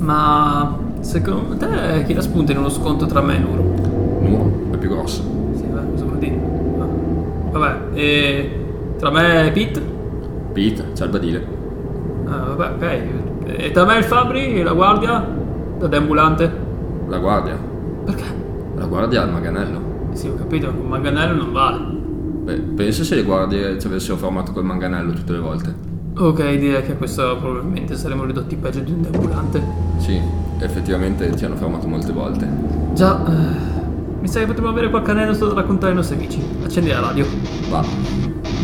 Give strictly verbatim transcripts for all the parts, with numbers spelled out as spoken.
Ma secondo te chi la spunta in uno scontro tra me e Nuro? Nuro è più grosso. Sì, vabbè, cosa vuol dire? Ah. Vabbè, e tra me e Pete? Pete, c'ha il badile. Ah, vabbè, ok. E tra me e il Fabri, la guardia? La deambulante? La guardia. Perché? La guardia ha il manganello. Sì, ho capito, ma con manganello non vale. Beh, penso se le guardie ci avessero fermato col manganello tutte le volte. Ok, direi che a questo probabilmente saremmo ridotti peggio di un deambulante. Sì, effettivamente ci hanno fermato molte volte. Già, eh, mi sa che potremmo avere qualche aneddoto da raccontare ai nostri amici. Accendi la radio. Va.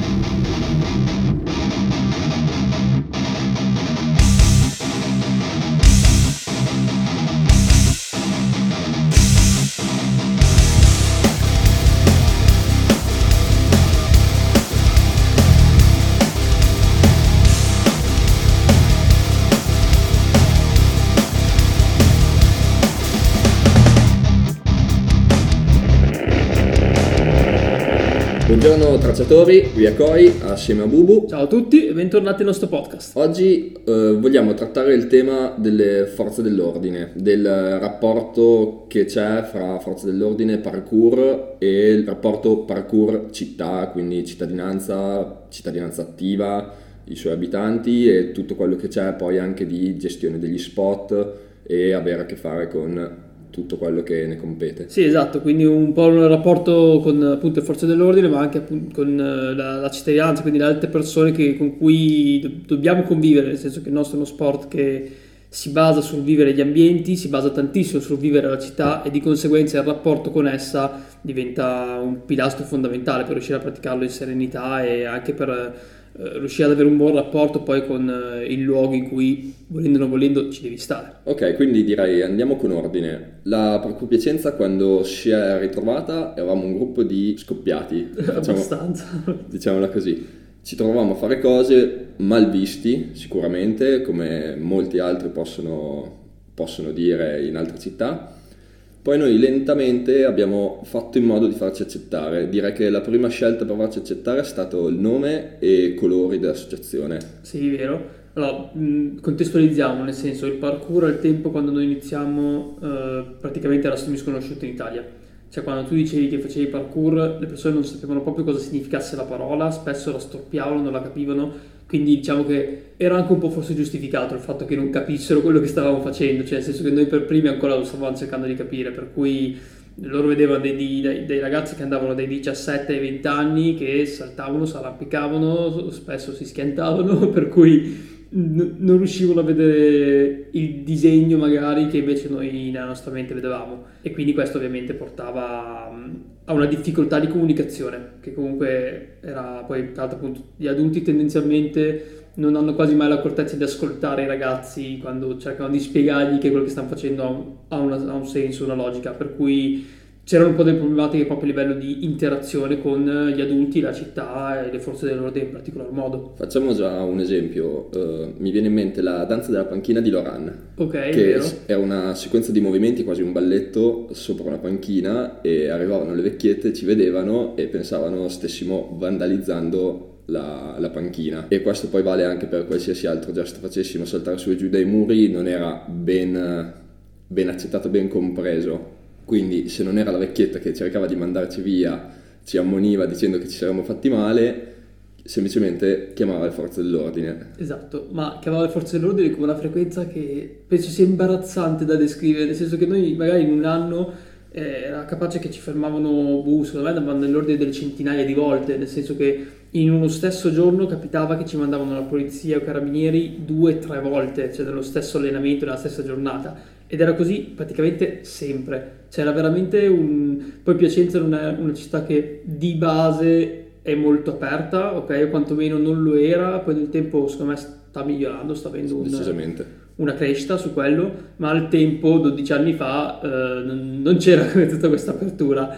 Buongiorno tracciatori, qui a Coi, assieme a Bubu. Ciao a tutti e bentornati al nostro podcast. Oggi eh, vogliamo trattare il tema delle forze dell'ordine, del rapporto che c'è fra forze dell'ordine, parkour e il rapporto parkour città, quindi cittadinanza, cittadinanza attiva, i suoi abitanti e tutto quello che c'è poi anche di gestione degli spot e avere a che fare con tutto quello che ne compete. Sì, esatto, quindi un po' un rapporto con appunto le forze dell'ordine, ma anche appunto con la, la cittadinanza, quindi le altre persone che, con cui do- dobbiamo convivere, nel senso che il nostro è uno sport che si basa sul vivere gli ambienti, si basa tantissimo sul vivere la città e di conseguenza il rapporto con essa diventa un pilastro fondamentale per riuscire a praticarlo in serenità e anche per eh, riuscire ad avere un buon rapporto poi con eh, il luogo in cui, volendo o non volendo, ci devi stare. Ok, quindi direi andiamo con ordine. La parkour Piacenza quando si è ritrovata eravamo un gruppo di scoppiati, diciamo, Abbastanza. diciamola così. Ci trovavamo a fare cose mal visti, sicuramente, come molti altri possono, possono dire in altre città. Poi noi lentamente abbiamo fatto in modo di farci accettare. Direi che la prima scelta per farci accettare è stato il nome e i colori dell'associazione. Sì, vero. Allora, mh, contestualizziamo, nel senso, il parkour al tempo quando noi iniziamo eh, praticamente era misconosciuto in Italia. Cioè, quando tu dicevi che facevi parkour, le persone non sapevano proprio cosa significasse la parola, spesso la storpiavano, non la capivano, quindi diciamo che era anche un po' forse giustificato il fatto che non capissero quello che stavamo facendo, cioè nel senso che noi per primi ancora lo stavamo cercando di capire, per cui loro vedevano dei, dei, dei ragazzi che andavano dai diciassette ai venti anni che saltavano, si arrampicavano, spesso si schiantavano, per cui n- non riuscivano a vedere il disegno magari che invece noi nella nostra mente vedevamo, e quindi questo ovviamente portava mh, a una difficoltà di comunicazione che comunque era poi, tra l'altro, appunto, gli adulti tendenzialmente non hanno quasi mai l'accortezza di ascoltare i ragazzi quando cercano di spiegargli che quello che stanno facendo ha un, ha una- ha un senso, una logica, per cui c'erano un po' delle problematiche proprio a livello di interazione con gli adulti, la città e le forze dell'ordine in particolar modo. Facciamo già un esempio. Eh, mi viene in mente la danza della panchina di Loran, Ok, è che vero. è una sequenza di movimenti, quasi un balletto sopra una panchina, e arrivavano le vecchiette, ci vedevano e pensavano stessimo vandalizzando la, la panchina, e questo poi vale anche per qualsiasi altro gesto facessimo. Saltare su e giù dai muri non era ben, ben accettato, ben compreso, quindi se non era la vecchietta che cercava di mandarci via, ci ammoniva dicendo che ci saremmo fatti male, semplicemente chiamava le forze dell'ordine. Esatto, ma chiamava le forze dell'ordine con una frequenza che penso sia imbarazzante da descrivere, nel senso che noi magari in un anno eh, era capace che ci fermavano, boh, secondo me andavano nell'ordine delle centinaia di volte, nel senso che in uno stesso giorno capitava che ci mandavano la polizia o i carabinieri due o tre volte, cioè nello stesso allenamento, nella stessa giornata, ed era così praticamente sempre, cioè era veramente un... Poi Piacenza non è una città che di base è molto aperta, ok, o quantomeno non lo era, poi nel tempo secondo me sta migliorando, sta avendo un, Decisamente. una crescita su quello, ma al tempo, dodici anni fa, eh, non, non c'era tutta questa apertura,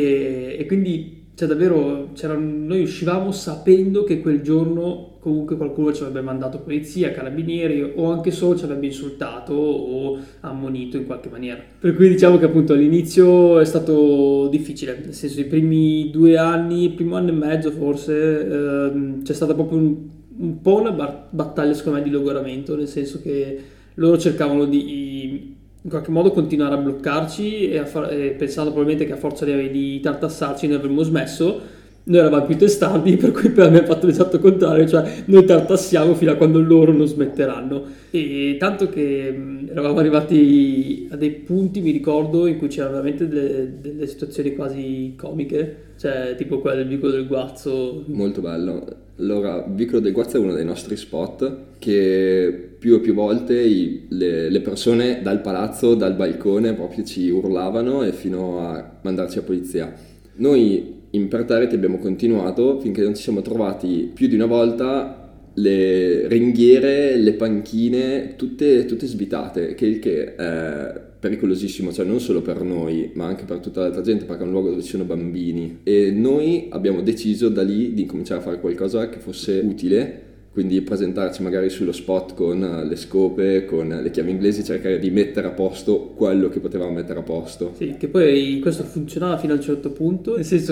e, e quindi cioè davvero c'era, noi uscivamo sapendo che quel giorno comunque qualcuno ci avrebbe mandato polizia, carabinieri, o anche solo ci avrebbe insultato o ammonito in qualche maniera. Per cui diciamo che appunto all'inizio è stato difficile, nel senso i primi due anni, il primo anno e mezzo forse, ehm, c'è stata proprio un, un po' una bar- battaglia secondo me di logoramento, nel senso che loro cercavano di in qualche modo continuare a bloccarci e, a far, e pensando probabilmente che a forza di, di tartassarci noi avremmo smesso. Noi eravamo più testardi, per cui per me ha fatto l'esatto contrario, cioè noi tartassiamo fino a quando loro non smetteranno. E tanto che mh, eravamo arrivati a dei punti, mi ricordo, in cui c'erano veramente delle, delle situazioni quasi comiche, cioè tipo quella del vicolo del Guazzo. Molto bello. Allora, Vicolo del Guazzo è uno dei nostri spot che più e più volte i, le, le persone dal palazzo, dal balcone proprio ci urlavano e fino a mandarci a polizia. Noi imperterriti abbiamo continuato finché non ci siamo trovati più di una volta le ringhiere, le panchine, tutte, tutte svitate, che il che è pericolosissimo, cioè non solo per noi, ma anche per tutta l'altra gente, perché è un luogo dove ci sono bambini. E noi abbiamo deciso da lì di cominciare a fare qualcosa che fosse utile, quindi presentarci magari sullo spot con le scope, con le chiavi inglesi, cercare di mettere a posto quello che potevamo mettere a posto. Sì, che poi questo funzionava fino a un certo punto, nel senso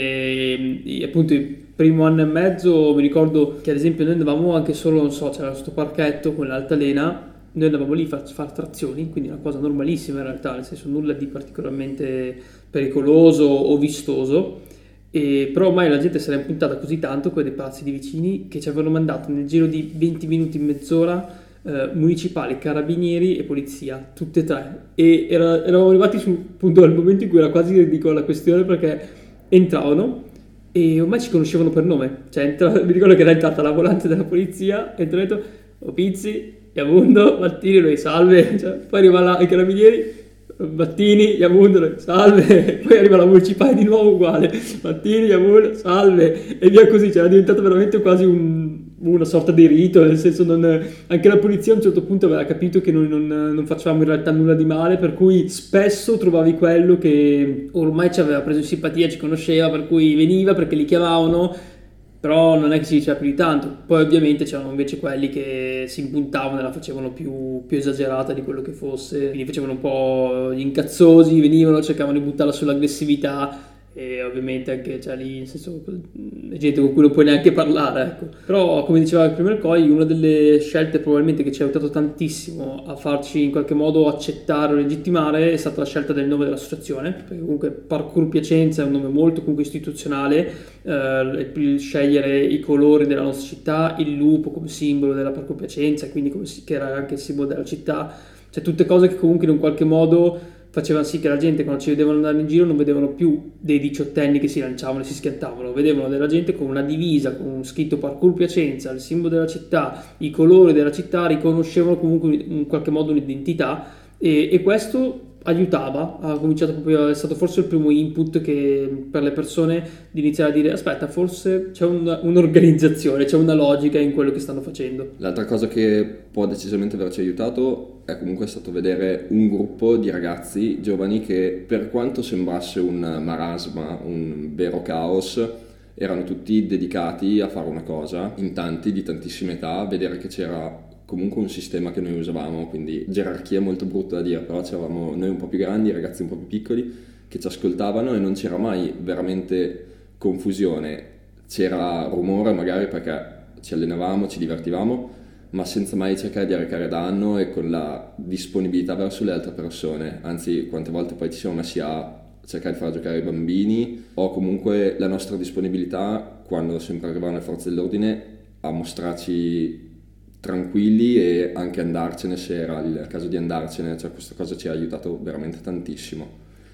che appunto il primo anno e mezzo mi ricordo che ad esempio noi andavamo anche solo, non so, c'era questo parchetto con l'altalena, noi andavamo lì a far, far trazioni, quindi una cosa normalissima in realtà, nel senso nulla di particolarmente pericoloso o vistoso. E però ormai la gente si era impuntata così tanto con dei palazzi di vicini che ci avevano mandato nel giro di venti minuti, mezz'ora, eh, municipali, carabinieri e polizia, tutte e tre. E era, eravamo arrivati sul punto al momento in cui era quasi ridicola la questione, perché entravano e ormai ci conoscevano per nome. Cioè entra, mi ricordo che era entrata la volante della polizia e ha detto "O Pizzi, Iamundo, Mattini", noi salve, cioè, poi arriva là i carabinieri, Mattini, Iamundo, salve, poi arriva la municipale di nuovo uguale, Mattini, Iamundo, salve, e via così, cioè era diventato veramente quasi un, una sorta di rito, nel senso non, anche la polizia a un certo punto aveva capito che noi non, non facevamo in realtà nulla di male, per cui spesso trovavi quello che ormai ci aveva preso in simpatia, ci conosceva, per cui veniva perché li chiamavano, però non è che si diceva più di tanto. Poi ovviamente c'erano invece quelli che si impuntavano e la facevano più, più esagerata di quello che fosse, quindi facevano un po' gli incazzosi, venivano, cercavano di buttarla sull'aggressività e ovviamente anche cioè, lì, nel senso, gente con cui non puoi neanche parlare, ecco. Però come diceva prima il Coi, una delle scelte probabilmente che ci ha aiutato tantissimo a farci in qualche modo accettare o legittimare è stata la scelta del nome dell'associazione, perché comunque Parkour Piacenza è un nome molto comunque istituzionale, eh, il scegliere i colori della nostra città, il lupo come simbolo della Parkour Piacenza, quindi come si, che era anche il simbolo della città, cioè tutte cose che comunque in un qualche modo facevano sì che la gente quando ci vedevano andare in giro non vedevano più dei diciottenni che si lanciavano e si schiantavano, vedevano della gente con una divisa, con un scritto Parkour Piacenza, il simbolo della città, i colori della città, riconoscevano comunque in qualche modo un'identità e, e questo aiutava, ha cominciato proprio, è stato forse il primo input che per le persone di iniziare a dire aspetta, forse c'è una, un'organizzazione, c'è una logica in quello che stanno facendo. L'altra cosa che può decisamente averci aiutato è comunque stato vedere un gruppo di ragazzi giovani che, per quanto sembrasse un marasma, un vero caos, erano tutti dedicati a fare una cosa, in tanti, di tantissime età, vedere che c'era comunque un sistema che noi usavamo, quindi gerarchia è molto brutta da dire, però c'eravamo noi un po' più grandi, i ragazzi un po' più piccoli che ci ascoltavano e non c'era mai veramente confusione, c'era rumore magari perché ci allenavamo, ci divertivamo, ma senza mai cercare di arrecare danno e con la disponibilità verso le altre persone, anzi quante volte poi ci siamo messi a cercare di far giocare i bambini o comunque la nostra disponibilità quando sempre arrivavano le forze dell'ordine a mostrarci tranquilli e anche andarcene se era il caso di andarcene, cioè questa cosa ci ha aiutato veramente tantissimo.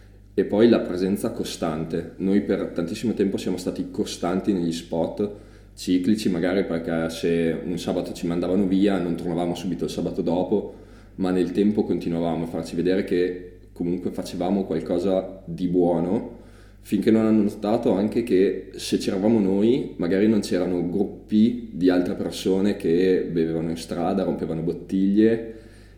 E poi la presenza costante, noi per tantissimo tempo siamo stati costanti negli spot ciclici, magari perché se un sabato ci mandavano via non tornavamo subito il sabato dopo, ma nel tempo continuavamo a farci vedere che comunque facevamo qualcosa di buono, finché non hanno notato anche che se c'eravamo noi magari non c'erano gruppi di altre persone che bevevano in strada, rompevano bottiglie,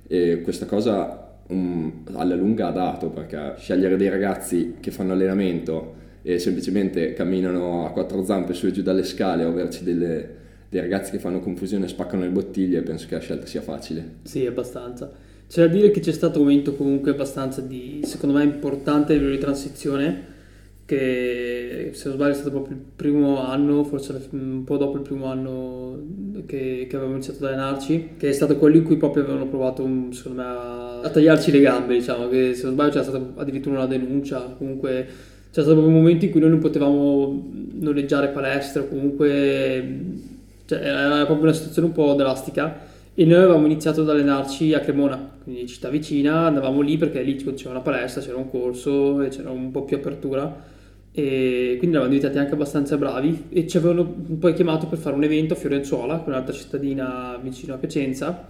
e questa cosa um, alla lunga ha dato, perché scegliere dei ragazzi che fanno allenamento e semplicemente camminano a quattro zampe su e giù dalle scale o averci delle, dei ragazzi che fanno confusione e spaccano le bottiglie, penso che la scelta sia facile. Sì, abbastanza. C'è da dire che c'è stato un momento comunque abbastanza di, secondo me, importante a livello di transizione, che se non sbaglio è stato proprio il primo anno, forse un po' dopo il primo anno che, che avevamo iniziato ad allenarci, che è stato quello in cui proprio avevano provato, secondo me, a, a tagliarci le gambe, diciamo, che se non sbaglio c'era stata addirittura una denuncia, comunque c'è stato proprio un momento in cui noi non potevamo noleggiare palestre, comunque cioè, era proprio una situazione un po' drastica. E noi avevamo iniziato ad allenarci a Cremona, quindi città vicina, andavamo lì perché lì c'era una palestra, c'era un corso e c'era un po' più apertura, e quindi eravamo diventati anche abbastanza bravi e ci avevano poi chiamato per fare un evento a Fiorenzuola, che è un'altra cittadina vicino a Piacenza,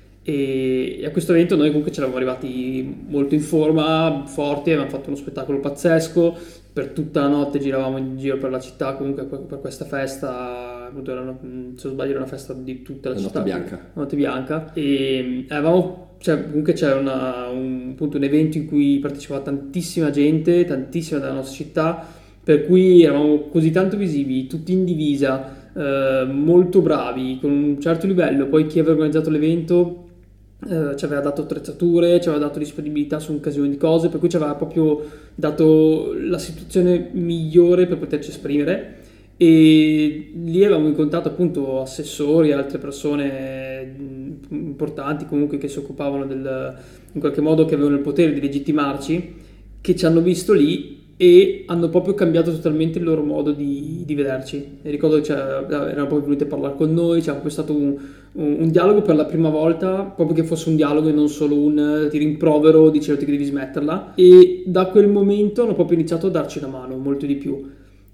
e a questo evento noi comunque ci eravamo arrivati molto in forma, forti, avevamo fatto uno spettacolo pazzesco, per tutta la notte giravamo in giro per la città comunque per questa festa, appunto era una, se non sbaglio era una festa di tutta la, la città, Notte Bianca. Notte Bianca, e avevamo, cioè, comunque c'era una, un, appunto, un evento in cui partecipava tantissima gente, tantissima della nostra città, per cui eravamo così tanto visibili, tutti in divisa, eh, molto bravi, con un certo livello. Poi chi aveva organizzato l'evento eh, ci aveva dato attrezzature, ci aveva dato disponibilità su un casino di cose, per cui ci aveva proprio dato la situazione migliore per poterci esprimere. E lì avevamo incontrato appunto assessori e altre persone importanti comunque che si occupavano del, in qualche modo, che avevano il potere di legittimarci, che ci hanno visto lì e hanno proprio cambiato totalmente il loro modo di, di vederci. E ricordo che erano proprio venuti a parlare con noi, c'era proprio stato un, un, un dialogo per la prima volta, proprio che fosse un dialogo e non solo un ti rimprovero dicendoti che devi smetterla, e da quel momento hanno proprio iniziato a darci una mano molto di più.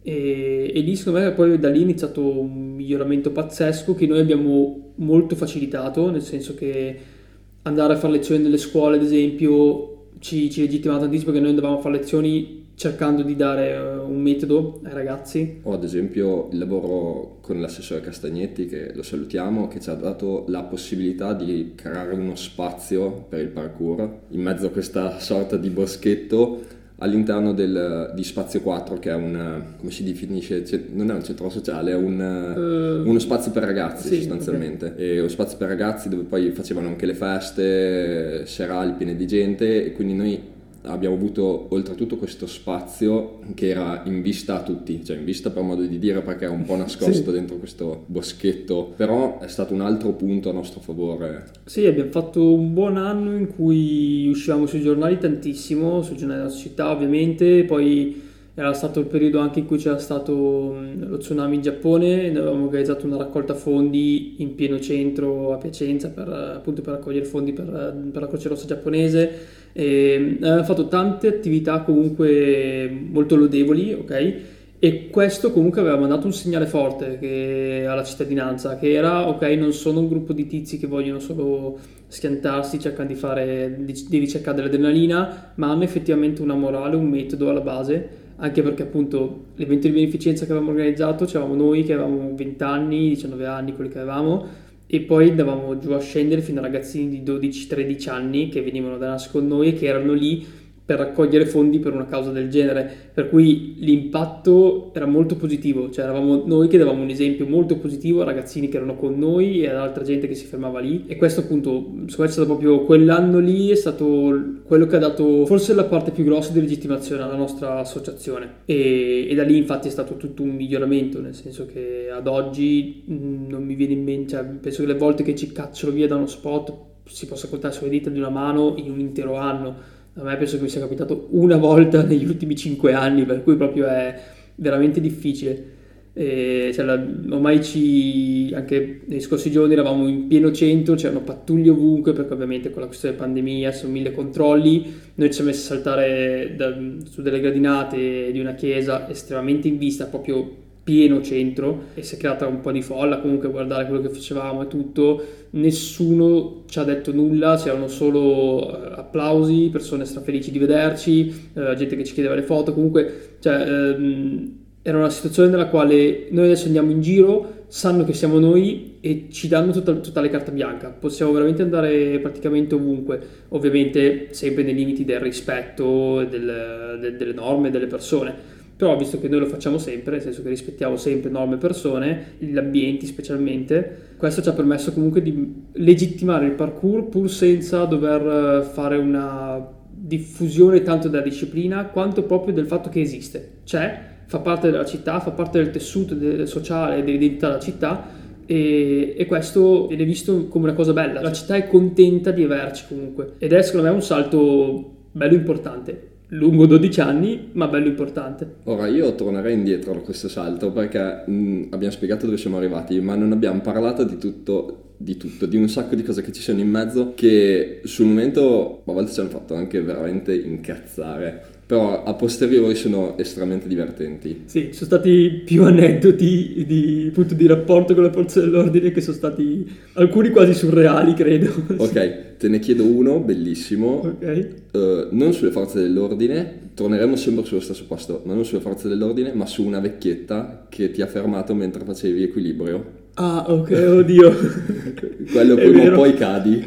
E, e lì secondo me poi da lì è iniziato un miglioramento pazzesco che noi abbiamo molto facilitato, nel senso che andare a fare lezioni nelle scuole ad esempio ci, ci legittimava tantissimo, perché noi andavamo a fare lezioni cercando di dare uh, un metodo ai ragazzi. O ad esempio il lavoro con l'assessore Castagnetti, che lo salutiamo, che ci ha dato la possibilità di creare uno spazio per il parkour in mezzo a questa sorta di boschetto all'interno del, di Spazio quattro, che è un, come si definisce, non è un centro sociale, è un, uh, uno spazio per ragazzi, sì, sostanzialmente. Okay. E uno spazio per ragazzi dove poi facevano anche le feste serali piene di gente, e quindi noi abbiamo avuto oltretutto questo spazio che era in vista a tutti, cioè in vista per modo di dire, perché era un po' nascosto sì. dentro questo boschetto, però è stato un altro punto a nostro favore. Sì, abbiamo fatto un buon anno in cui uscivamo sui giornali tantissimo, sui giornali della città ovviamente, poi era stato il periodo anche in cui c'era stato lo tsunami in Giappone, noi avevamo organizzato una raccolta fondi in pieno centro a Piacenza per, appunto, per raccogliere fondi per, per la Croce Rossa giapponese, e avevamo fatto tante attività comunque molto lodevoli, ok? E questo comunque aveva mandato un segnale forte che, alla cittadinanza, che era ok, non sono un gruppo di tizi che vogliono solo schiantarsi, cercano di fare, di, di ricercare dell'adrenalina, ma hanno effettivamente una morale, un metodo alla base, anche perché appunto l'evento di beneficenza che avevamo organizzato c'eravamo noi che avevamo venti anni, diciannove anni, quelli che avevamo, e poi andavamo giù a scendere fino a ragazzini di dodici tredici anni che venivano da nascere con noi e che erano lì per raccogliere fondi per una causa del genere, per cui l'impatto era molto positivo, cioè eravamo noi che davamo un esempio molto positivo a ragazzini che erano con noi e ad altra gente che si fermava lì, e questo appunto secondo me è stato proprio quell'anno lì, è stato quello che ha dato forse la parte più grossa di legittimazione alla nostra associazione, e, e da lì infatti è stato tutto un miglioramento, nel senso che ad oggi mh, non mi viene in mente, cioè, penso che le volte che ci cacciano via da uno spot si possa contare sulle dita di una mano in un intero anno. A me penso che mi sia capitato una volta negli ultimi cinque anni, per cui proprio è veramente difficile. E cioè, la, ormai ci, anche nei scorsi giorni eravamo in pieno centro, c'erano pattuglie ovunque, perché ovviamente con la questione della pandemia sono mille controlli. Noi ci siamo messi a saltare da, su delle gradinate di una chiesa estremamente in vista, proprio pieno centro, e si è creata un po' di folla comunque a guardare quello che facevamo e tutto. Nessuno ci ha detto nulla, c'erano solo eh, applausi, persone strafelici di vederci, eh, gente che ci chiedeva le foto, comunque cioè, ehm, era una situazione nella quale noi adesso andiamo in giro, sanno che siamo noi e ci danno tutta, tutta la carta bianca, possiamo veramente andare praticamente ovunque, ovviamente sempre nei limiti del rispetto del, del, delle norme delle persone. Però visto che noi lo facciamo sempre, nel senso che rispettiamo sempre norme e persone, gli ambienti specialmente, questo ci ha permesso comunque di legittimare il parkour pur senza dover fare una diffusione tanto della disciplina quanto proprio del fatto che esiste. C'è, fa parte della città, fa parte del tessuto del sociale, dell'identità della città e, e questo viene visto come una cosa bella. La città è contenta di averci comunque ed è secondo me un salto bello importante. Lungo dodici anni, ma bello importante. Ora io tornerei indietro da questo salto perché mh, abbiamo spiegato dove siamo arrivati, ma non abbiamo parlato di tutto, di tutto, di un sacco di cose che ci sono in mezzo che sul momento a volte ci hanno fatto anche veramente incazzare, però a posteriori sono estremamente divertenti. Sì, ci sono stati più aneddoti di, appunto, di rapporto con le forze dell'ordine che sono stati alcuni quasi surreali, credo. Ok, te ne chiedo uno, bellissimo. Ok. Uh, non sulle forze dell'ordine, torneremo sempre sullo stesso posto, ma non sulle forze dell'ordine, ma su una vecchietta che ti ha fermato mentre facevi equilibrio. Ah, ok, oddio. Quello prima o poi cadi.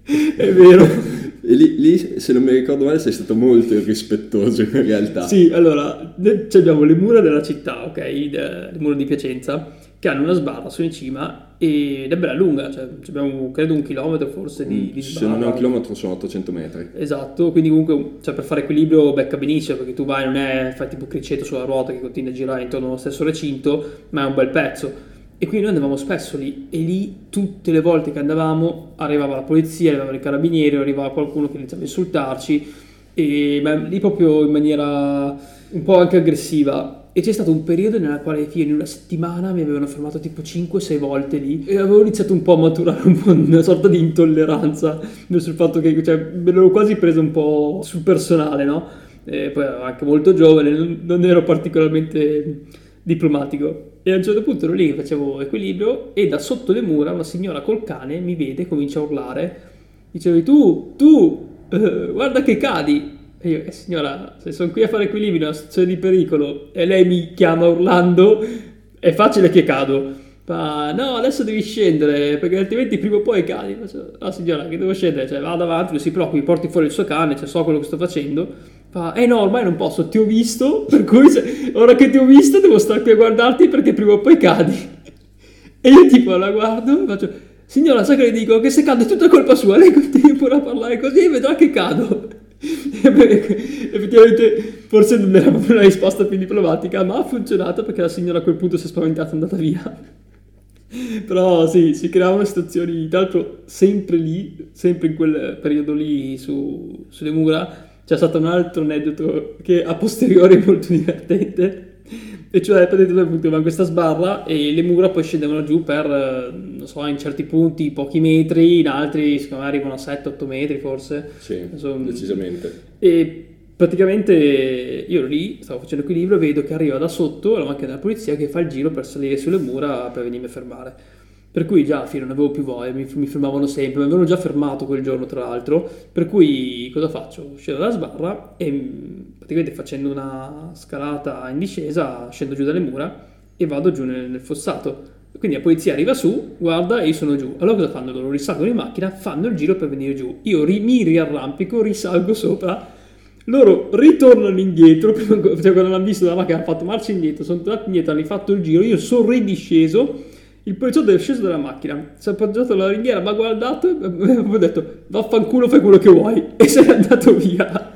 È vero. E lì, lì, se non mi ricordo male, sei stato molto irrispettoso in realtà. Sì, allora, abbiamo le mura della città, ok, le mura di Piacenza, che hanno una sbarra su in cima ed è bella lunga, cioè abbiamo credo un chilometro forse di, di sbarra. Se non è un chilometro sono ottocento metri. Esatto, quindi comunque cioè, per fare equilibrio becca benissimo, perché tu vai, non è fai tipo criceto sulla ruota che continua a girare intorno allo stesso recinto, ma è un bel pezzo. E quindi noi andavamo spesso lì e lì tutte le volte che andavamo arrivava la polizia, arrivavano i carabinieri, arrivava qualcuno che iniziava a insultarci e ma lì proprio in maniera un po' anche aggressiva. E c'è stato un periodo nella quale io in una settimana mi avevano fermato tipo cinque sei volte lì e avevo iniziato un po' a maturare un po' una sorta di intolleranza sul fatto che cioè, me l'avevo quasi preso un po' sul personale, no? E poi ero anche molto giovane, non, non ero particolarmente diplomatico. E a un certo punto ero lì che facevo equilibrio e da sotto le mura una signora col cane mi vede, comincia a urlare, dicevi tu, tu, eh, guarda che cadi. E io, eh, signora, se sono qui a fare equilibrio in una situazione di pericolo e lei mi chiama urlando, è facile che cado. Ma no, adesso devi scendere perché altrimenti prima o poi cadi. Faccio, no signora, che devo scendere? Cioè vado avanti, non si preoccupi, porti fuori il suo cane, cioè so quello che sto facendo. Fa, eh no, ormai non posso, ti ho visto, per cui se, ora che ti ho visto devo stare qui a guardarti perché prima o poi cadi. E io tipo la guardo e faccio, signora, sa che le dico che se cado è tutta colpa sua, lei continua pure a parlare così e vedrà che cado. Effettivamente forse non era proprio una risposta più diplomatica, ma ha funzionato perché la signora a quel punto si è spaventata e è andata via. Però sì, si creavano situazioni, tra l'altro sempre lì, sempre in quel periodo lì su, sulle mura, c'è stato un altro aneddoto che a posteriori è molto divertente, e cioè praticamente noi avevamo questa sbarra e le mura poi scendevano giù per, non so, in certi punti pochi metri, in altri secondo me arrivano a sette otto metri forse. Sì, Insomma, decisamente. E praticamente io ero lì, stavo facendo equilibrio, vedo che arriva da sotto la macchina della polizia che fa il giro per salire sulle mura per venirmi a fermare. Per cui già alla fine non avevo più voglia, mi, mi fermavano sempre, mi avevano già fermato quel giorno tra l'altro, per cui cosa faccio? Scendo dalla sbarra e praticamente facendo una scalata in discesa scendo giù dalle mura e vado giù nel, nel fossato. Quindi la polizia arriva su, guarda e io sono giù. Allora cosa fanno? Loro risalgono in macchina, fanno il giro per venire giù. Io ri, mi riarrampico, risalgo sopra. Loro ritornano indietro, cioè quando l'hanno visto dalla macchina hanno fatto marcia indietro, sono tornati indietro, hanno fatto il giro, io sono ridisceso, il poliziotto è sceso dalla macchina, si è appoggiato alla ringhiera, mi ha guardato e mi ha detto vaffanculo, fai quello che vuoi, e se n'è andato via.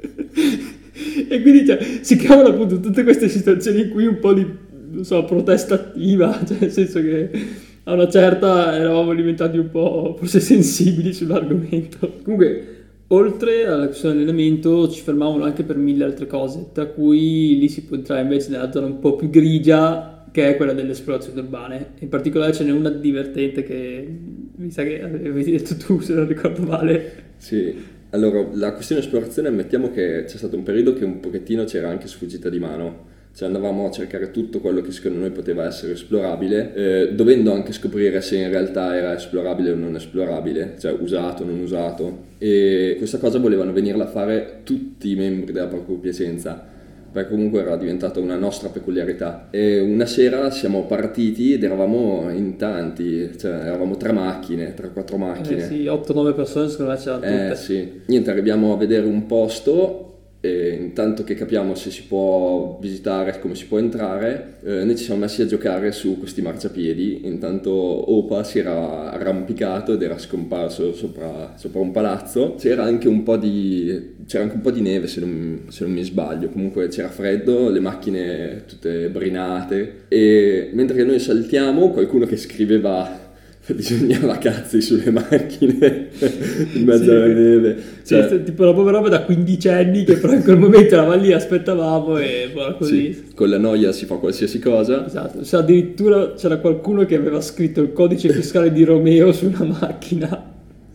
E quindi cioè, si chiamano appunto tutte queste situazioni in cui un po' di, non so, protesta attiva, cioè nel senso che a una certa eravamo diventati un po' forse sensibili sull'argomento. Comunque oltre alla questione dell'allenamento ci fermavano anche per mille altre cose, tra cui lì si può entrare invece nella zona un po' più grigia che è quella delle esplorazioni urbane. In particolare ce n'è una divertente che mi sa che avevi detto tu se non ricordo male. Sì, allora la questione esplorazione ammettiamo che c'è stato un periodo che un pochettino c'era anche sfuggita di mano. Cioè andavamo a cercare tutto quello che secondo noi poteva essere esplorabile, eh, dovendo anche scoprire se in realtà era esplorabile o non esplorabile, cioè usato o non usato. E questa cosa volevano venirla a fare tutti i membri della Parkour Piacenza, perché comunque era diventata una nostra peculiarità. E una sera siamo partiti ed eravamo in tanti, cioè eravamo tre macchine, tre quattro macchine. Eh sì, otto nove persone secondo me c'erano tutte. Eh sì, niente, arriviamo a vedere un posto e intanto che capiamo se si può visitare, come si può entrare, eh, noi ci siamo messi a giocare su questi marciapiedi. Intanto Opa si era arrampicato ed era scomparso sopra, sopra un palazzo. C'era anche un po' di, c'era anche un po' di neve, se non, se non mi sbaglio. Comunque c'era freddo, le macchine tutte brinate, e mentre che noi saltiamo, qualcuno che scriveva disegnava cazzi sulle macchine in mezzo sì, alla neve, cioè, sì, tipo una povera roba da quindicenni che però in quel momento eravamo lì, aspettavamo e buona così. Sì, con la noia si fa qualsiasi cosa. Esatto, cioè, addirittura c'era qualcuno che aveva scritto il codice fiscale di Romeo su una macchina.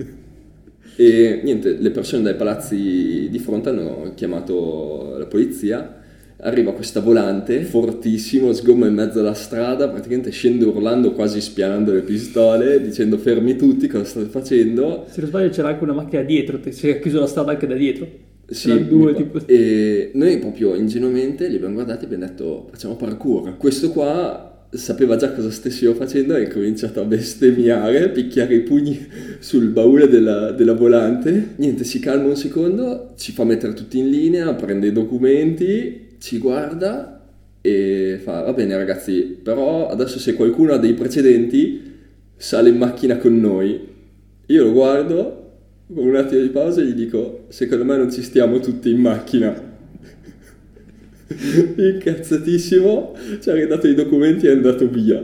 E niente, le persone dai palazzi di fronte hanno chiamato la polizia. Arriva questa volante fortissimo, sgomma in mezzo alla strada, praticamente scende urlando, quasi spianando le pistole, dicendo fermi tutti, cosa state facendo? Se non sbaglio c'era anche una macchina dietro, si è chiuso la strada anche da dietro. Sì, due, tipo. E noi proprio ingenuamente li abbiamo guardati e abbiamo detto facciamo parkour. Questo qua sapeva già cosa stessimo facendo e ha cominciato a bestemmiare, a picchiare i pugni sul baule della, della volante. Niente, si calma un secondo, ci fa mettere tutti in linea, prende i documenti, ci guarda e fa va bene ragazzi, però adesso se qualcuno ha dei precedenti sale in macchina con noi. Io lo guardo con un attimo di pausa e gli dico secondo me non ci stiamo tutti in macchina. Incazzatissimo ci ha ridato i documenti e è andato via.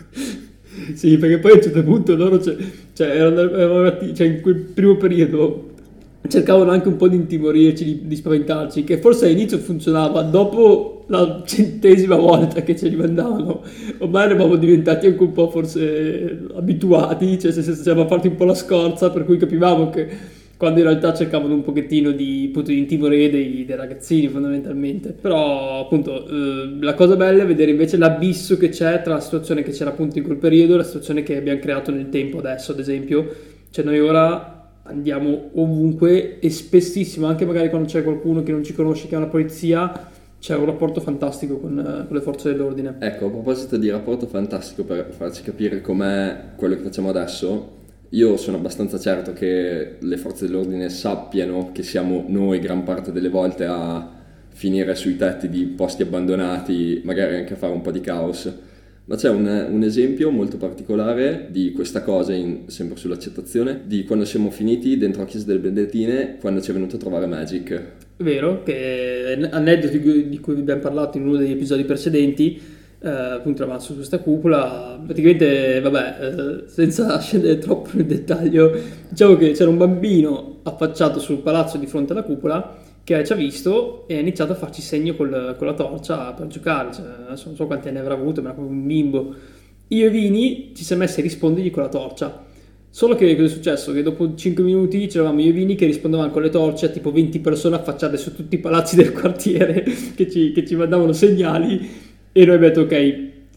Sì, perché poi a un certo punto loro cioè, cioè, erano, erano, cioè in quel primo periodo cercavano anche un po' di intimorirci, di, di spaventarci, che forse all'inizio funzionava, dopo la centesima volta che ce li mandavano ormai eravamo diventati anche un po' forse abituati, cioè se, se, se siamo fatti un po' la scorza, per cui capivamo che quando in realtà cercavano un pochettino di, appunto, di intimorire dei, dei ragazzini fondamentalmente. Però appunto eh, la cosa bella è vedere invece l'abisso che c'è tra la situazione che c'era appunto in quel periodo e la situazione che abbiamo creato nel tempo adesso, ad esempio. Cioè noi ora andiamo ovunque e spessissimo, anche magari quando c'è qualcuno che non ci conosce, che è una polizia, c'è un rapporto fantastico con, con le forze dell'ordine. Ecco, a proposito di rapporto fantastico, per farci capire com'è quello che facciamo adesso, io sono abbastanza certo che le forze dell'ordine sappiano che siamo noi gran parte delle volte a finire sui tetti di posti abbandonati, magari anche a fare un po' di caos. Ma c'è un, un esempio molto particolare di questa cosa, in, sempre sull'accettazione, di quando siamo finiti dentro la chiesa delle Benedettine, quando ci è venuto a trovare Magic. Vero, che aneddoti di cui abbiamo parlato in uno degli episodi precedenti, eh, appunto eravamo su questa cupola, praticamente, vabbè, eh, senza scendere troppo nel dettaglio, diciamo che c'era un bambino affacciato sul palazzo di fronte alla cupola, che ci ha visto e ha iniziato a farci segno col, con la torcia per giocare, cioè, adesso non so quanti anni avrà avuto, ma era proprio un bimbo. Io e Vini ci siamo messi a rispondergli con la torcia, solo che cosa è successo? Che dopo cinque minuti c'eravamo io e Vini che rispondevamo con le torce a tipo venti persone affacciate su tutti i palazzi del quartiere che ci, che ci mandavano segnali, e noi abbiamo detto ok,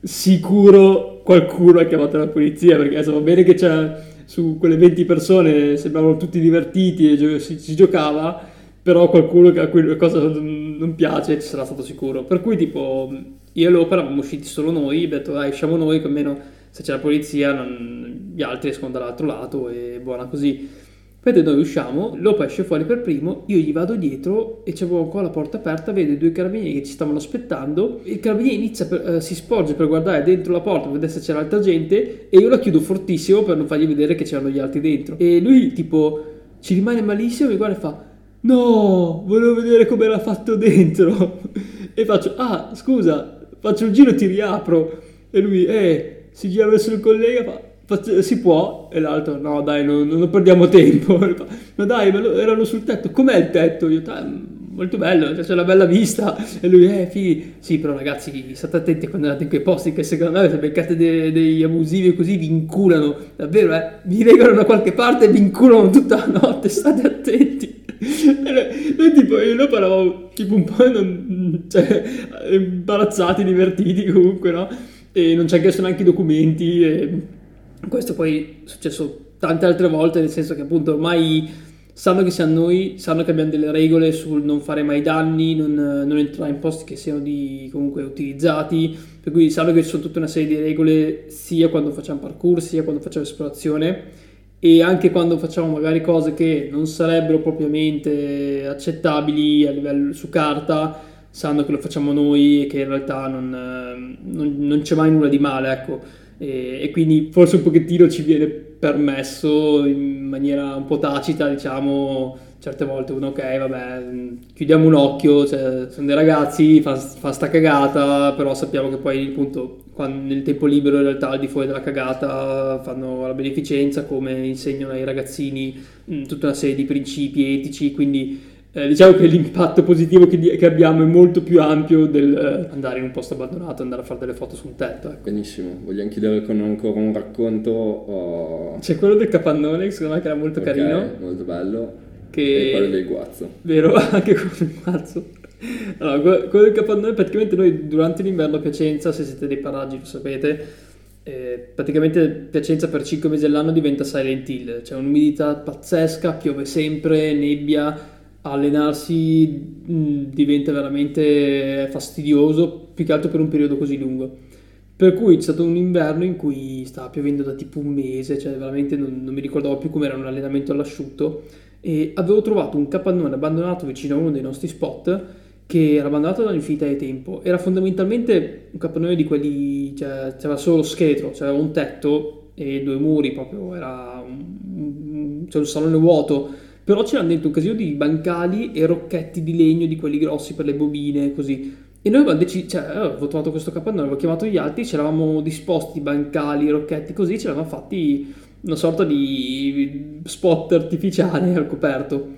sicuro qualcuno ha chiamato la polizia, perché adesso va bene che c'era su quelle venti persone, sembravano tutti divertiti e si, si giocava, però qualcuno che a cui cosa non piace ci sarà stato sicuro. Per cui tipo io e l'Opera eravamo usciti solo noi, ho detto dai usciamo noi, che almeno se c'è la polizia non, gli altri escono dall'altro lato e buona così. Poi noi usciamo, l'Opa esce fuori per primo, io gli vado dietro e c'avevo ancora la porta aperta, vedo i due carabinieri che ci stavano aspettando, il carabiniere inizia per, eh, si sporge per guardare dentro la porta per vedere se c'era altra gente e io la chiudo fortissimo per non fargli vedere che c'erano gli altri dentro. E lui tipo ci rimane malissimo, mi guarda e fa no, volevo vedere come era fatto dentro. E faccio, ah, scusa, faccio un giro e ti riapro. E lui, eh, si gira verso il collega, fa, faccio, si può? E l'altro, no dai, non, non perdiamo tempo. Fa, ma dai, ma lo, erano sul tetto, com'è il tetto? Io, molto bello, c'è una bella vista. E lui, eh, figli, sì, però ragazzi, state attenti quando andate in quei posti, che secondo me se beccate dei, dei abusivi così vi inculano, davvero, eh, vi legano da qualche parte e vi inculano tutta la notte, state attenti. E noi tipo io lo parlavamo tipo un po' non, cioè, imbarazzati, divertiti comunque, no? E non ci hanno chiesto neanche i documenti e questo poi è successo tante altre volte, nel senso che appunto ormai sanno che siamo noi, sanno che abbiamo delle regole sul non fare mai danni, non, non entrare in posti che siano di, comunque utilizzati, per cui sanno che ci sono tutta una serie di regole sia quando facciamo parkour sia quando facciamo esplorazione. e anche quando facciamo magari cose che non sarebbero propriamente accettabili a livello su carta, sanno che lo facciamo noi e che in realtà non, eh, non, non c'è mai nulla di male, ecco. E, e quindi forse un pochettino ci viene permesso in maniera un po' tacita, diciamo, certe volte uno ok, vabbè, chiudiamo un occhio, cioè, sono dei ragazzi, fa, fa sta cagata, però sappiamo che poi appunto quando, nel tempo libero in realtà al di fuori della cagata fanno la beneficenza, come insegnano ai ragazzini mh, tutta una serie di principi etici, quindi eh, diciamo che l'impatto positivo che, di- che abbiamo è molto più ampio del eh, andare in un posto abbandonato, andare a fare delle foto su un tetto, ecco. Benissimo, vogliamo chiudere con ancora un racconto? O... C'è quello del capannone che secondo me che era molto Ok, carino, molto bello. che E quello del guazzo. vero, anche con il mazzo. Allora, que- quello del capannone, praticamente noi durante l'inverno a Piacenza, se siete dei paraggi lo sapete, eh, praticamente Piacenza per cinque mesi all'anno diventa Silent Hill, c'è un'umidità pazzesca, piove sempre, nebbia, allenarsi mh, diventa veramente fastidioso, più che altro per un periodo così lungo. Per cui c'è stato un inverno in cui stava piovendo da tipo un mese, cioè veramente non, non mi ricordavo più com'era un allenamento all'asciutto, e avevo trovato un capannone abbandonato vicino a uno dei nostri spot che era abbandonato da un'infinità di tempo. Era fondamentalmente un capannone di quelli, cioè c'era solo lo scheletro, c'era un tetto e due muri, proprio era un, un, cioè un salone vuoto, però c'erano dentro un casino di bancali e rocchetti di legno di quelli grossi per le bobine, così. E noi avevamo deciso, cioè, eh, avevo trovato questo capannone, avevo chiamato gli altri, ci eravamo disposti bancali, rocchetti così, ce l'avevamo fatti una sorta di spot artificiale al coperto.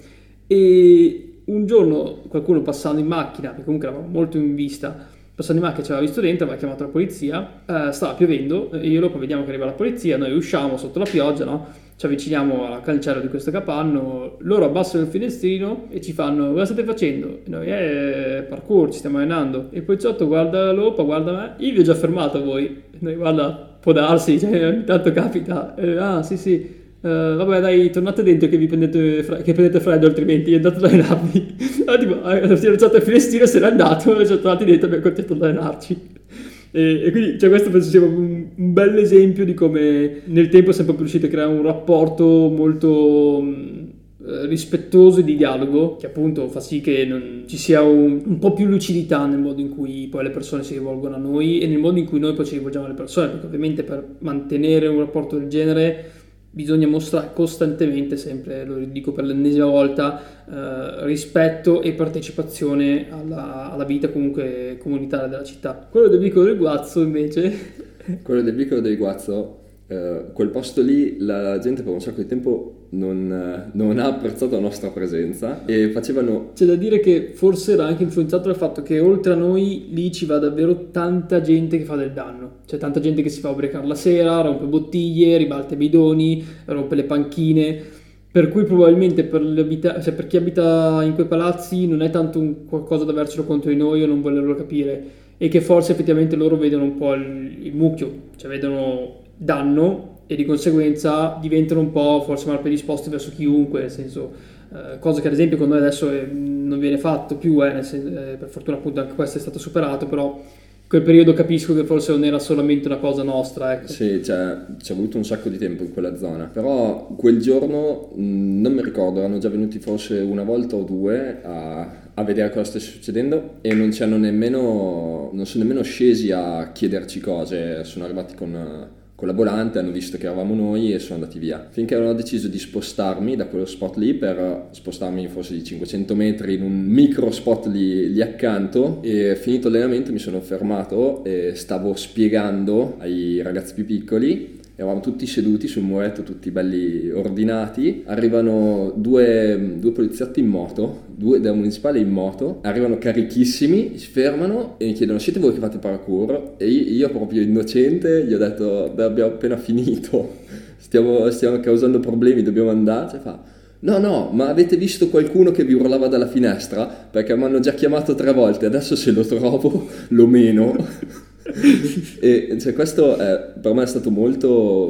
E un giorno qualcuno passando in macchina, perché comunque eravamo molto in vista, passando in macchina ci aveva visto dentro, aveva chiamato la polizia, eh, stava piovendo, e io dopo vediamo che arriva la polizia, noi usciamo sotto la pioggia, no? Ci avviciniamo alla cancella di questo capanno, loro abbassano il finestrino e ci fanno: cosa state facendo? E noi, eh, parkour, ci stiamo allenando. E il poliziotto guarda l'Opa, guarda me, io vi ho già fermato a voi. E noi, guarda, può darsi, cioè, ogni tanto capita. E, ah, sì, sì. Uh, vabbè, dai, tornate dentro che vi prendete, fre- che prendete freddo, altrimenti andate ad allenarvi. Allora, tipo, eh, si è alzato il finestrino, se n'è andato, e ci siamo tornati dentro e abbiamo continuato ad allenarci. E, e quindi, cioè, questo penso sia un, un bel esempio di come nel tempo è sempre più riuscito a creare un rapporto molto mh, eh, rispettoso e di dialogo, che appunto fa sì che non, ci sia un, un po' più lucidità nel modo in cui poi le persone si rivolgono a noi e nel modo in cui noi poi ci rivolgiamo alle persone, perché ovviamente per mantenere un rapporto del genere bisogna mostrare costantemente, sempre, lo dico per l'ennesima volta, eh, rispetto e partecipazione alla, alla vita comunque comunitaria della città. Quello del Vicolo del Guazzo invece... Quello del Vicolo del Guazzo, eh, quel posto lì, la gente per un sacco di tempo non, eh, non ha apprezzato la nostra presenza e facevano... C'è da dire che forse era anche influenzato dal fatto che oltre a noi lì ci va davvero tanta gente che fa del danno. C'è tanta gente che si fa ubriacare la sera, rompe bottiglie, ribalta i bidoni, rompe le panchine, per cui probabilmente per, cioè per chi abita in quei palazzi non è tanto un qualcosa da avercelo contro di noi o non volerlo capire, e che forse effettivamente loro vedono un po' il, il mucchio, cioè vedono danno e di conseguenza diventano un po' forse mal predisposti verso chiunque, nel senso, eh, cosa che ad esempio con noi adesso è, non viene fatto più, eh, nel senso, eh, per fortuna appunto anche questo è stato superato, però quel periodo capisco che forse non era solamente una cosa nostra, ecco. Sì, cioè, ci è voluto un sacco di tempo in quella zona, però quel giorno mh, non mi ricordo, erano già venuti forse una volta o due a, a vedere cosa stesse succedendo e non ci hanno nemmeno, non sono nemmeno scesi a chiederci cose, sono arrivati con, con la volante, hanno visto che eravamo noi e sono andati via, finché hanno deciso di spostarmi da quello spot lì per spostarmi forse di cinquecento metri in un micro spot lì, lì accanto, e finito l'allenamento mi sono fermato e stavo spiegando ai ragazzi più piccoli. Eravamo tutti seduti sul muretto, tutti belli ordinati, arrivano due, due poliziotti in moto, due della municipale in moto, arrivano carichissimi, si fermano e mi chiedono: siete voi che fate parkour? E io, io proprio innocente gli ho detto: beh, abbiamo appena finito, stiamo, stiamo causando problemi, dobbiamo andare. Cioè fa: no no, ma avete visto qualcuno che vi urlava dalla finestra? Perché mi hanno già chiamato tre volte, adesso se lo trovo lo meno. E cioè, questo è, per me è stato molto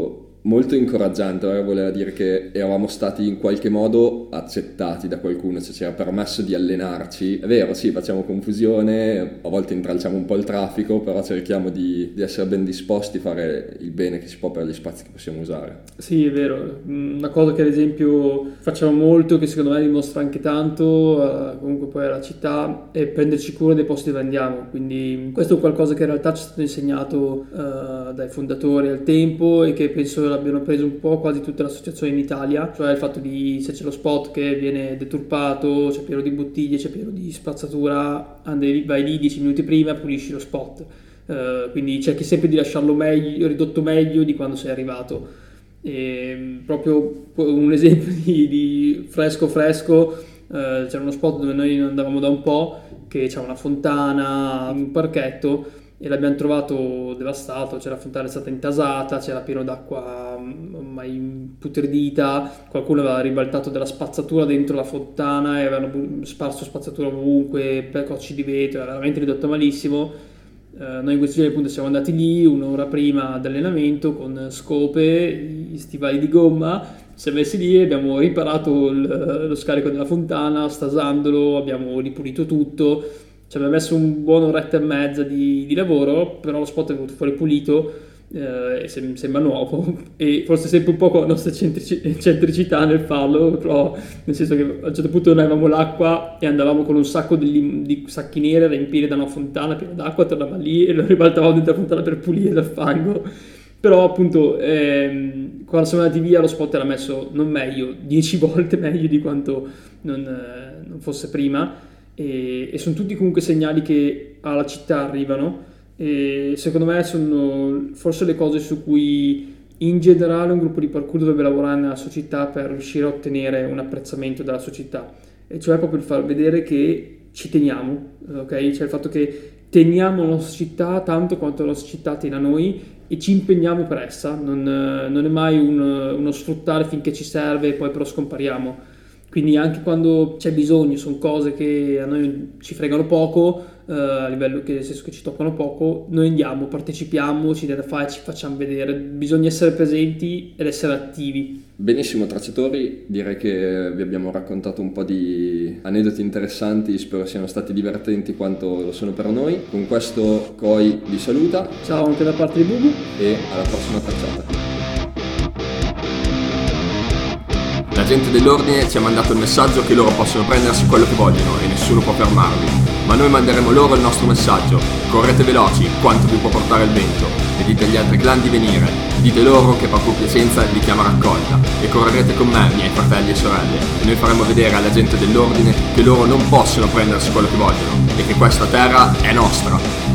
molto incoraggiante, ora voleva dire che eravamo stati in qualche modo accettati da qualcuno, cioè ci era permesso di allenarci. È vero, sì, facciamo confusione, a volte intralciamo un po' il traffico, però cerchiamo di, di essere ben disposti a fare il bene che si può per gli spazi che possiamo usare. Sì, è vero. Una cosa che ad esempio facciamo molto, che secondo me dimostra anche tanto, eh, comunque poi alla città, è prenderci cura dei posti dove andiamo. Quindi questo è qualcosa che in realtà ci è stato insegnato eh, dai fondatori al tempo e che penso l'abbiano preso un po' quasi tutte le associazioni in Italia, cioè il fatto di se c'è lo spot che viene deturpato, c'è pieno di bottiglie, c'è pieno di spazzatura, andi, vai lì dieci minuti prima, pulisci lo spot. Uh, quindi cerchi sempre di lasciarlo meglio, ridotto meglio di quando sei arrivato. E, proprio un esempio di, di fresco fresco, uh, c'era uno spot dove noi andavamo da un po', che c'era una fontana, un parchetto, e l'abbiamo trovato devastato. C'era la fontana è stata intasata, c'era pieno d'acqua ormai imputredita, qualcuno aveva ribaltato della spazzatura dentro la fontana e avevano sparso spazzatura ovunque, percocci di vetro, era veramente ridotto malissimo. Uh, noi in questi giorni appunto siamo andati lì un'ora prima dell'allenamento con scope, gli stivali di gomma, ci siamo messi lì e abbiamo riparato il, lo scarico della fontana, stasandolo, abbiamo ripulito tutto. Ci abbiamo messo un buon oretta e mezza di, di lavoro, però lo spot è venuto fuori pulito, eh, sem- sembra nuovo, e forse sempre un po' con la nostra centrici- centricità nel farlo, però nel senso che a un certo punto noi avevamo l'acqua e andavamo con un sacco di, di sacchi neri a riempire da una fontana piena d'acqua, tornavamo lì e lo ribaltavamo dentro la fontana per pulire dal fango. Però appunto ehm, quando siamo andati via lo spot era messo non meglio, dieci volte meglio di quanto non, eh, non fosse prima. E, e sono tutti comunque segnali che alla città arrivano, e secondo me sono forse le cose su cui in generale un gruppo di parkour dovrebbe lavorare nella sua città per riuscire a ottenere un apprezzamento della sua città, e cioè proprio il far vedere che ci teniamo, ok? Cioè il fatto che teniamo la nostra città tanto quanto la nostra città tiene a noi e ci impegniamo per essa, non, non è mai un, uno sfruttare finché ci serve e poi però scompariamo. Quindi anche quando c'è bisogno, sono cose che a noi ci fregano poco, eh, a livello che nel senso che ci toccano poco, noi andiamo, partecipiamo, ci deve fare, ci facciamo vedere, bisogna essere presenti ed essere attivi. Benissimo tracciatori, direi che vi abbiamo raccontato un po' di aneddoti interessanti, spero siano stati divertenti quanto lo sono per noi. Con questo Koi vi saluta. Ciao anche da parte di Bubu e alla prossima tracciata. La gente dell'ordine ci ha mandato il messaggio che loro possono prendersi quello che vogliono e nessuno può fermarli. Ma noi manderemo loro il nostro messaggio. Correte veloci, quanto vi può portare il vento, e dite agli altri clan di venire. Dite loro che Parkour Piacenza li chiama raccolta, e correrete con me, miei fratelli e sorelle, e noi faremo vedere alla gente dell'ordine che loro non possono prendersi quello che vogliono, e che questa terra è nostra.